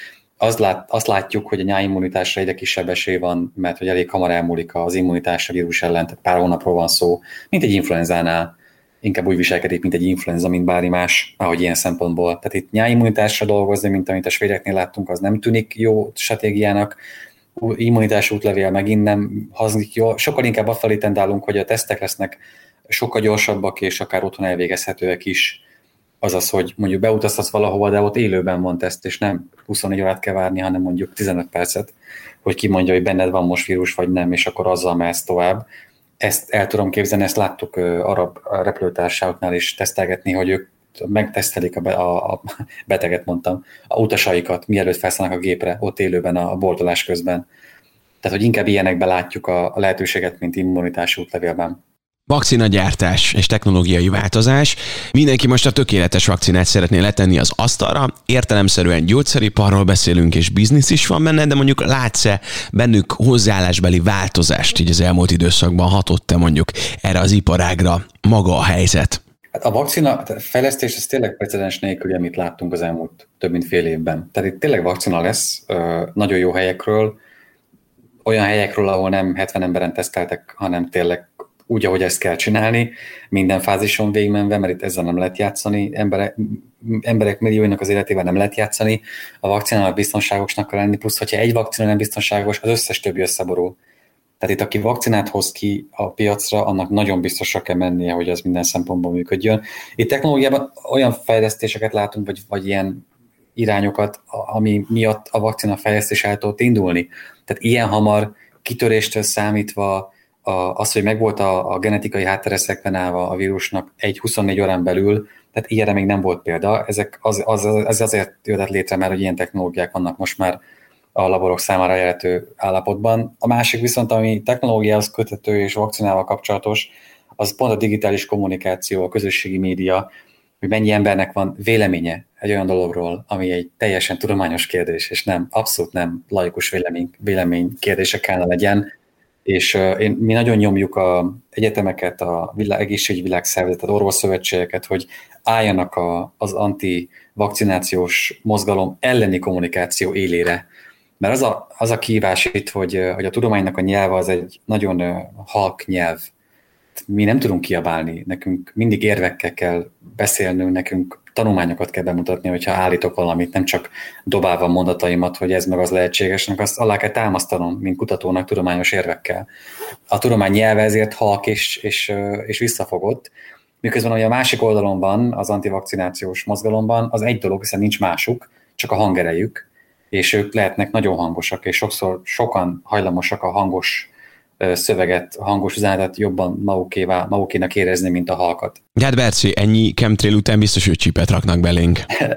Azt látjuk, hogy a nyárimmunitásra egyre kisebb esély van, mert hogy elég hamar elmúlik az immunitás a vírus ellen, tehát pár hónapról van szó, mint egy influenzánál. Inkább úgy viselkedik, mint egy influenza, mint bármi más, ahogy ilyen szempontból. Tehát itt nyárimmunitásra dolgozni, mint amit a svédeknél láttunk, az nem tűnik jó stratégiának. Immunitás útlevél megint nem hasznik jó. Sokkal inkább afelé tendálunk, hogy a tesztek lesznek sokkal gyorsabbak, és akár otthon elvégezhetőek is. Azaz, hogy mondjuk beutaztatsz valahova, de ott élőben van teszt, és nem 24 órát kell várni, hanem mondjuk 15 percet, hogy ki mondja, hogy benned van most vírus, vagy nem, és akkor azzal mehetsz tovább. Ezt el tudom képzelni, ezt láttuk arab repülőtársaságoknál is tesztelgetni, hogy ők megtesztelik a beteget, mondtam, a utasaikat, mielőtt felszállnak a gépre, ott élőben a bordolás közben. Tehát, hogy inkább ilyenekben látjuk a lehetőséget, mint immunitási útlevélben. Vakcinagyártás és technológiai változás. Mindenki most a tökéletes vakcinát szeretné letenni az asztalra. Értelemszerűen gyógyszeriparról beszélünk, és biznisz is van benne, de mondjuk látsz-e bennük hozzáállásbeli változást így az elmúlt időszakban? Hatott-e mondjuk erre az iparágra maga a helyzet? Hát a vakcina fejlesztés ez tényleg precedens nélkül, amit láttunk az elmúlt több mint fél évben. Tehát itt tényleg vakcina lesz nagyon jó helyekről, olyan helyekről, ahol nem 70 emberen teszteltek, hanem tényleg úgy, ahogy ezt kell csinálni, minden fázison végigmenve, mert itt ezzel nem lehet játszani, emberek millióinak az életével nem lehet játszani, a vakcinának biztonságosnak kell lenni, plusz, hogyha egy vakcina nem biztonságos, az összes többi összeborul. Tehát itt aki vakcinát hoz ki a piacra, annak nagyon biztosra kell mennie, hogy az minden szempontból működjön. Itt technológiában olyan fejlesztéseket látunk, vagy ilyen irányokat, ami miatt a vakcina fejlesztés el tudott indulni. Tehát ilyen hamar kitöréstől számítva az, hogy megvolt a genetikai háttere szekvenálva a vírusnak 24 órán belül, tehát ilyenre még nem volt példa. Ez azért jöhet létre, mert hogy ilyen technológiák vannak most már a laborok számára elérhető állapotban. A másik viszont, ami technológiához köthető és vakcinával kapcsolatos, az pont a digitális kommunikáció, a közösségi média, hogy mennyi embernek van véleménye egy olyan dologról, ami egy teljesen tudományos kérdés, és nem, abszolút nem laikus vélemény kérdése kellene legyen. És mi nagyon nyomjuk az egyetemeket, a egészségügyi világszervezetet, orvosszövetségeket, hogy álljanak az antivakcinációs mozgalom elleni kommunikáció élére. Mert az a kihívás itt, hogy a tudománynak a nyelve az egy nagyon halk nyelv. Mi nem tudunk kiabálni, nekünk mindig érvekkel kell beszélnünk, nekünk tanulmányokat kell bemutatni, hogyha állítok valamit, nem csak dobálva mondataimat, hogy ez meg az lehetségesnek, azt alá kell támasztanom, mint kutatónak tudományos érvekkel. A tudomány nyelve ezért halk és visszafogott, miközben a másik oldalon van, az antivakcinációs mozgalomban, az egy dolog, hiszen nincs másuk, csak a hangerejük, és ők lehetnek nagyon hangosak, és sokan hajlamosak a hangos szöveget, hangos üzenetet jobban magukénak érezni, mint a halkat. Hát Berci, ennyi chemtrail után biztos, hogy csipet raknak belénk.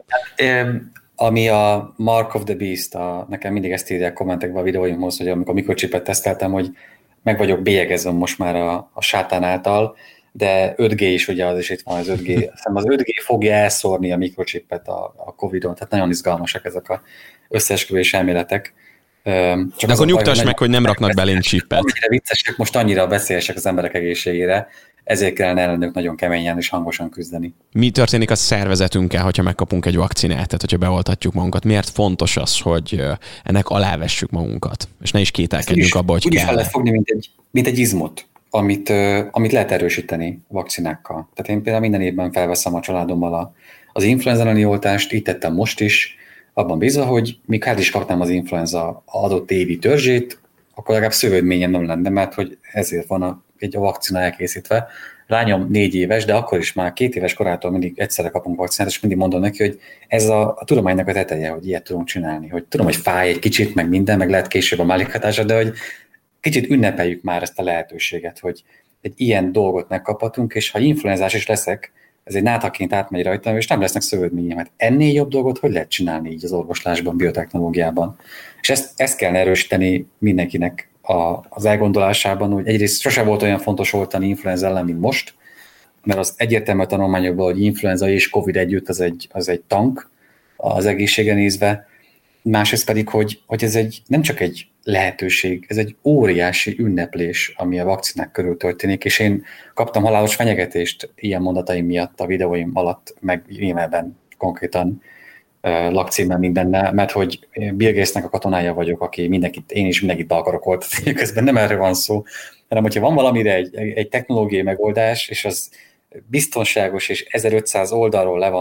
Ami a Mark of the Beast, nekem mindig ezt írják kommentekben a videóimhoz, hogy amikor mikrocsipet teszteltem, hogy meg vagyok bélyegezve most már a sátán által, de 5G is, ugye az is itt van az 5G. Az 5G fogja elszórni a mikrocsipet a Covid-on, tehát nagyon izgalmasak ezek az összeesküvés elméletek. Csak akkor nyugtass meg, hogy nem raknak belénk csippet. Annyira viccesek, most annyira veszélyesek az emberek egészségére, ezért kellene ellenük nagyon keményen és hangosan küzdeni. Mi történik a szervezetünkkel, hogyha megkapunk egy vakcinát, tehát hogyha beoltatjuk magunkat? Miért fontos az, hogy ennek alávessük magunkat? És ne is kételkedjünk abba, hogy kell. Úgy is lehet fogni, mint egy izmot, amit lehet erősíteni vakcinákkal. Tehát én például minden évben felveszem a családommal az influenza elleni oltást, így tettem most is, abban bízva, hogy míg hát is kapnám az influenza adott évi törzsét, akkor legalább szövődményem nem lenne, mert hogy ezért van a vakcina elkészítve. Lányom 4 éves, de akkor is már 2 éves korától mindig egyszerre kapunk vakcinát, és mindig mondom neki, hogy ez a tudománynak a teteje, hogy ilyet tudunk csinálni. Hogy tudom, hogy fáj egy kicsit, meg minden, meg lehet később a mellékhatása, de hogy kicsit ünnepeljük már ezt a lehetőséget, hogy egy ilyen dolgot megkaphatunk, és ha influenzás is leszek, ez egy náthaként átmegy rajtam, és nem lesznek szövődményem. Hát ennél jobb dolgot hogy lehet csinálni így az orvoslásban, biotechnológiában? És ezt kell erősíteni mindenkinek az elgondolásában, hogy egyrészt sose volt olyan fontos oltani influenza ellen, mint most, mert az egyértelmű a tanulmányokban, hogy influenza és Covid együtt az egy tank az egészségre nézve, másrészt pedig, hogy ez nem csak egy lehetőség, ez egy óriási ünneplés, ami a vakcinák körül történik, és én kaptam halálos fenyegetést ilyen mondataim miatt a videóim alatt, meg e-mailben konkrétan lakcímben mindennel, mert hogy Bill Gatesnek a katonája vagyok, aki én is mindenkit be akarok oltatni, közben nem erről van szó, hanem hogyha van valamire egy technológiai megoldás, és az biztonságos, és 1500 oldalról le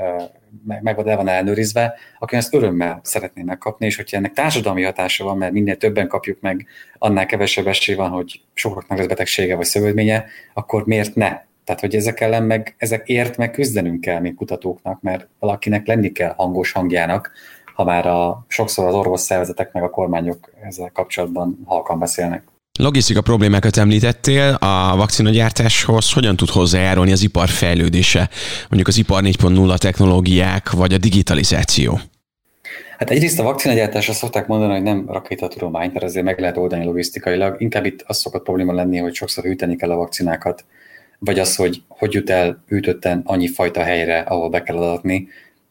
van ellenőrizve, akkor ezt örömmel szeretném megkapni, és hogyha ennek társadalmi hatása van, mert minél többen kapjuk meg, annál kevesebb esély van, hogy sokaknak lesz betegsége vagy szövődménye, akkor miért ne? Tehát, hogy ezek ellen ezekért meg küzdenünk kell még kutatóknak, mert valakinek lenni kell hangos hangjának, ha már sokszor az orvosszervezetek meg a kormányok ezzel kapcsolatban halkan beszélnek. Logisztika problémákat említettél, a vakcinagyártáshoz hogyan tud hozzájárulni az ipar fejlődése, mondjuk az ipar 4.0 technológiák vagy a digitalizáció? Hát egyrészt a vakcinagyártásra szokták mondani, hogy nem rakétatudomány, mert azért meg lehet oldani logisztikailag. Inkább itt az szokott probléma lenni, hogy sokszor hűteni kell a vakcinákat, vagy az, hogy jut el hűtötten annyi fajta helyre, ahol be kell adatni.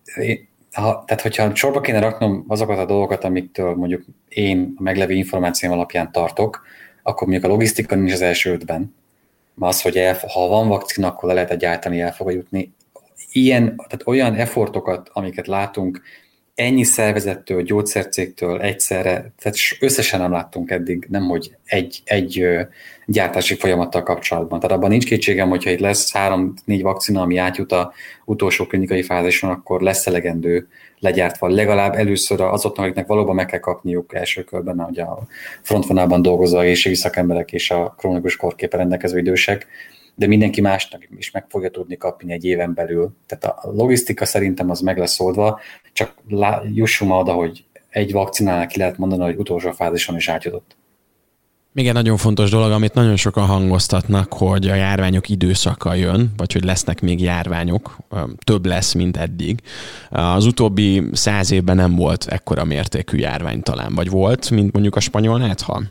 Tehát, hogyha sorba kéne raknom azokat a dolgokat, amiktől mondjuk én a meglevő információm alapján tartok, akkor mondjuk a logisztika nincs az első ötben. Az, hogy ha van vakcina, akkor le lehet gyártani, el fog jutni. Tehát olyan effortokat, amiket látunk, ennyi szervezettől, gyógyszercégtől egyszerre, tehát összesen nem láttunk eddig, nemhogy egy gyártási folyamattal kapcsolatban. Tehát abban nincs kétségem, hogyha itt lesz 3-4 vakcina, ami átjut a utolsó klinikai fázison, akkor lesz elegendő legyártva. Legalább először azoknak, akiknek valóban meg kell kapniuk első körben, hogy a frontvonalban dolgozó egészségügyi szakemberek és a krónikus kórképpel rendelkező idősek, de mindenki másnak is meg fogja tudni kapni egy éven belül. Tehát a logisztika szerintem az meg lesz oldva, csak jussunk oda, hogy egy vakcinálnál ki lehet mondani, hogy utolsó fázison is átjutott. Még egy nagyon fontos dolog, amit nagyon sokan hangoztatnak, hogy a járványok időszaka jön, vagy hogy lesznek még járványok, több lesz, mint eddig. Az utóbbi 100 évben nem volt ekkora mértékű járvány talán, vagy volt, mint mondjuk a spanyol náthal?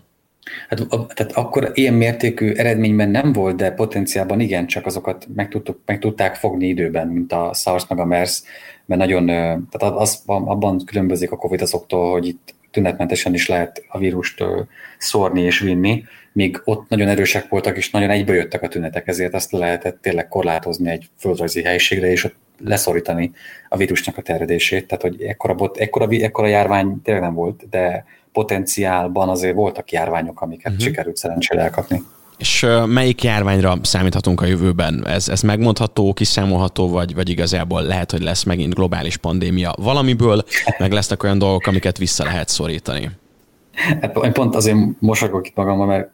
Tehát akkor ilyen mértékű eredményben nem volt, de potenciálban igen, csak azokat meg tudták fogni időben, mint a SARS meg a MERS, mert nagyon, tehát abban különbözik a Covid azoktól, hogy itt tünetmentesen is lehet a vírust szórni és vinni, míg ott nagyon erősek voltak, és nagyon egyből jöttek a tünetek, ezért azt lehetett tényleg korlátozni egy földrajzi helyiségre, és ott leszorítani a vírusnak a terjedését. Tehát, hogy ekkora járvány tényleg nem volt, de potenciálban azért voltak járványok, amiket sikerült szerencsére elkapni. És melyik járványra számíthatunk a jövőben? Ez megmondható, kiszámolható, vagy igazából lehet, hogy lesz megint globális pandémia valamiből, meg lesznek olyan dolgok, amiket vissza lehet szorítani? Hát pont azért mosolygok itt magammal, mert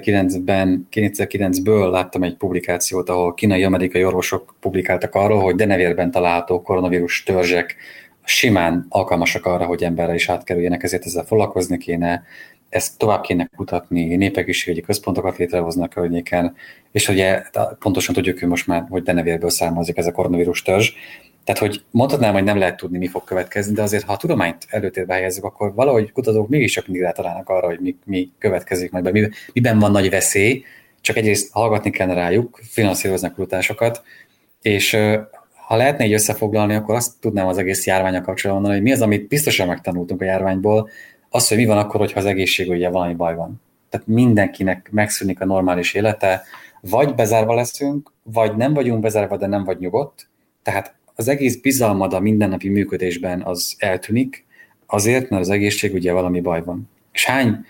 2009-ből láttam egy publikációt, ahol kínai-amerikai orvosok publikáltak arról, hogy denevérben található koronavírus törzsek simán alkalmasak arra, hogy emberre is átkerüljenek, ezért ezzel foglalkozni kéne, ezt tovább kéne kutatni, népegészségügyi központokat létrehozni a környéken, és ugye pontosan tudjuk, hogy most már, hogy denevérből származik ez a koronavírus törzs. Tehát, hogy mondhatnám, hogy nem lehet tudni, mi fog következni, de azért, ha a tudományt előtérbe helyezzük, akkor valahogy kutatók mégiscsak mindig rátalálnak arra, hogy mi következik majd, miben van nagy veszély, csak egyrészt hallgatni kell rájuk, finanszírozni a kutatásokat, és ha lehetne így összefoglalni, akkor azt tudnám az egész járvánnyal kapcsolatban mondani, hogy mi az, amit biztosan megtanultunk a járványból, az, hogy mi van akkor, hogyha az egészségügye valami baj van. Tehát mindenkinek megszűnik a normális élete, vagy bezárva leszünk, vagy nem vagyunk bezárva, de nem vagy nyugodt. Tehát az egész bizalmad a mindennapi működésben az eltűnik, azért, mert az egészségügye valami baj van. És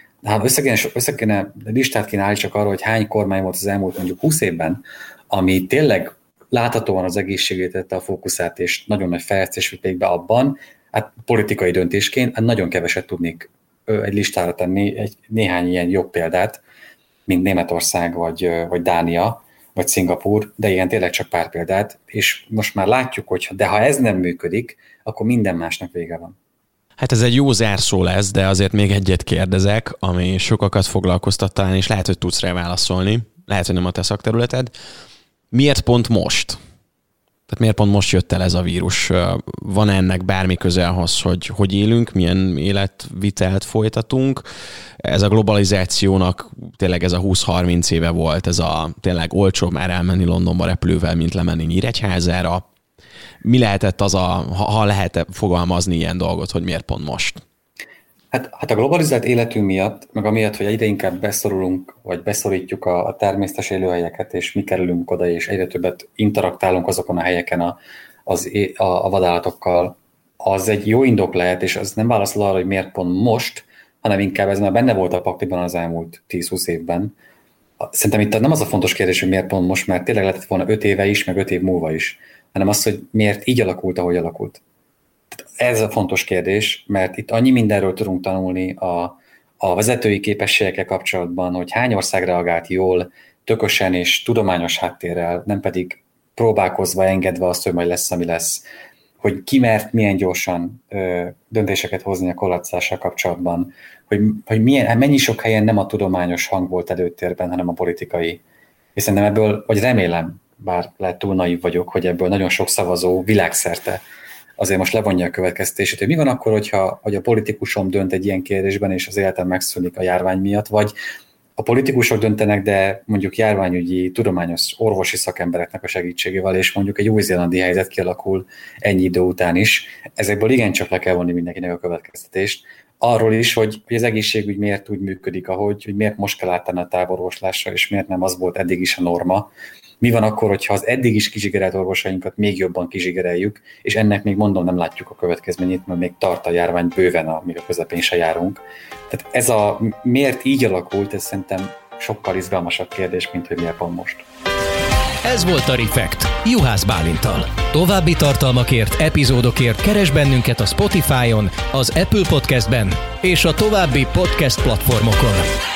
listát kéne állni csak arra, hogy hány kormány volt az elmúlt mondjuk 20 évben, ami tényleg láthatóan az egészségügyre tette a fókuszát, és nagyon nagy fejlesztés vitték be abban, hát politikai döntésként, hát nagyon keveset tudnék egy listára tenni, néhány ilyen jobb példát, mint Németország, vagy Dánia, vagy Szingapúr, de ilyen tényleg csak pár példát, és most már látjuk, hogy ha ez nem működik, akkor minden másnak vége van. Hát ez egy jó zárszó lesz, de azért még egyet kérdezek, ami sokakat foglalkoztat talán, és lehet, hogy tudsz rá válaszolni, lehet, hogy nem a te szakterületed. Miért pont most? Tehát miért pont most jött el ez a vírus? Van ennek bármi köze ahhoz, hogy élünk, milyen életvitelt folytatunk? Ez a globalizációnak tényleg ez a 20-30 éve volt, ez a tényleg olcsóbb már elmenni Londonba repülővel, mint lemenni Nyíregyházára. Mi lehetett az ha lehet fogalmazni ilyen dolgot, hogy miért pont most? Hát a globalizált életünk miatt, meg amiatt, hogy egyre inkább beszorulunk, vagy beszorítjuk a természetes élőhelyeket, és mi kerülünk oda, és egyre többet interaktálunk azokon a helyeken a vadállatokkal, az egy jó indok lehet, és az nem válaszol arra, hogy miért pont most, hanem inkább ez már benne volt a pakliban az elmúlt 10-20 évben. Szerintem itt nem az a fontos kérdés, hogy miért pont most, mert tényleg lehetett volna 5 éve is, meg 5 év múlva is, hanem az, hogy miért így alakult, ahogy alakult. Ez a fontos kérdés, mert itt annyi mindenről tudunk tanulni a vezetői képességekkel kapcsolatban, hogy hány ország reagált jól, tökösen és tudományos háttérrel, nem pedig próbálkozva, engedve azt, hogy majd lesz, ami lesz, hogy ki mert milyen gyorsan döntéseket hozni a korlátozással kapcsolatban, hogy mennyi sok helyen nem a tudományos hang volt előtérben, hanem a politikai. És szerintem ebből, vagy remélem, bár lehet túl naív vagyok, hogy ebből nagyon sok szavazó világszerte azért most levonja a következtetését, hogy mi van akkor, hogyha a politikusom dönt egy ilyen kérdésben, és az életem megszűnik a járvány miatt, vagy a politikusok döntenek, de mondjuk járványügyi, tudományos, orvosi szakembereknek a segítségével, és mondjuk egy új-zélandi helyzet kialakul ennyi idő után is. Ezekből igencsak le kell vonni mindenkinek a következtetést. Arról is, hogy az egészségügy miért úgy működik, ahogy, hogy miért most kell átállni a távolorvoslásra, és miért nem az volt eddig is a norma. Mi van akkor, hogyha az eddig is kizsigerelt orvosainkat még jobban kizsigereljük, és ennek még mondom, nem látjuk a következményét, mert még tart a járvány bőven, amíg a közepén se járunk. Tehát ez a miért így alakult, ez szerintem sokkal izgalmasabb kérdés, mint hogy miért van most. Ez volt a Refekt Juhász Bálinttal. További tartalmakért, epizódokért keresd bennünket a Spotify-on, az Apple Podcastben és a további podcast platformokon.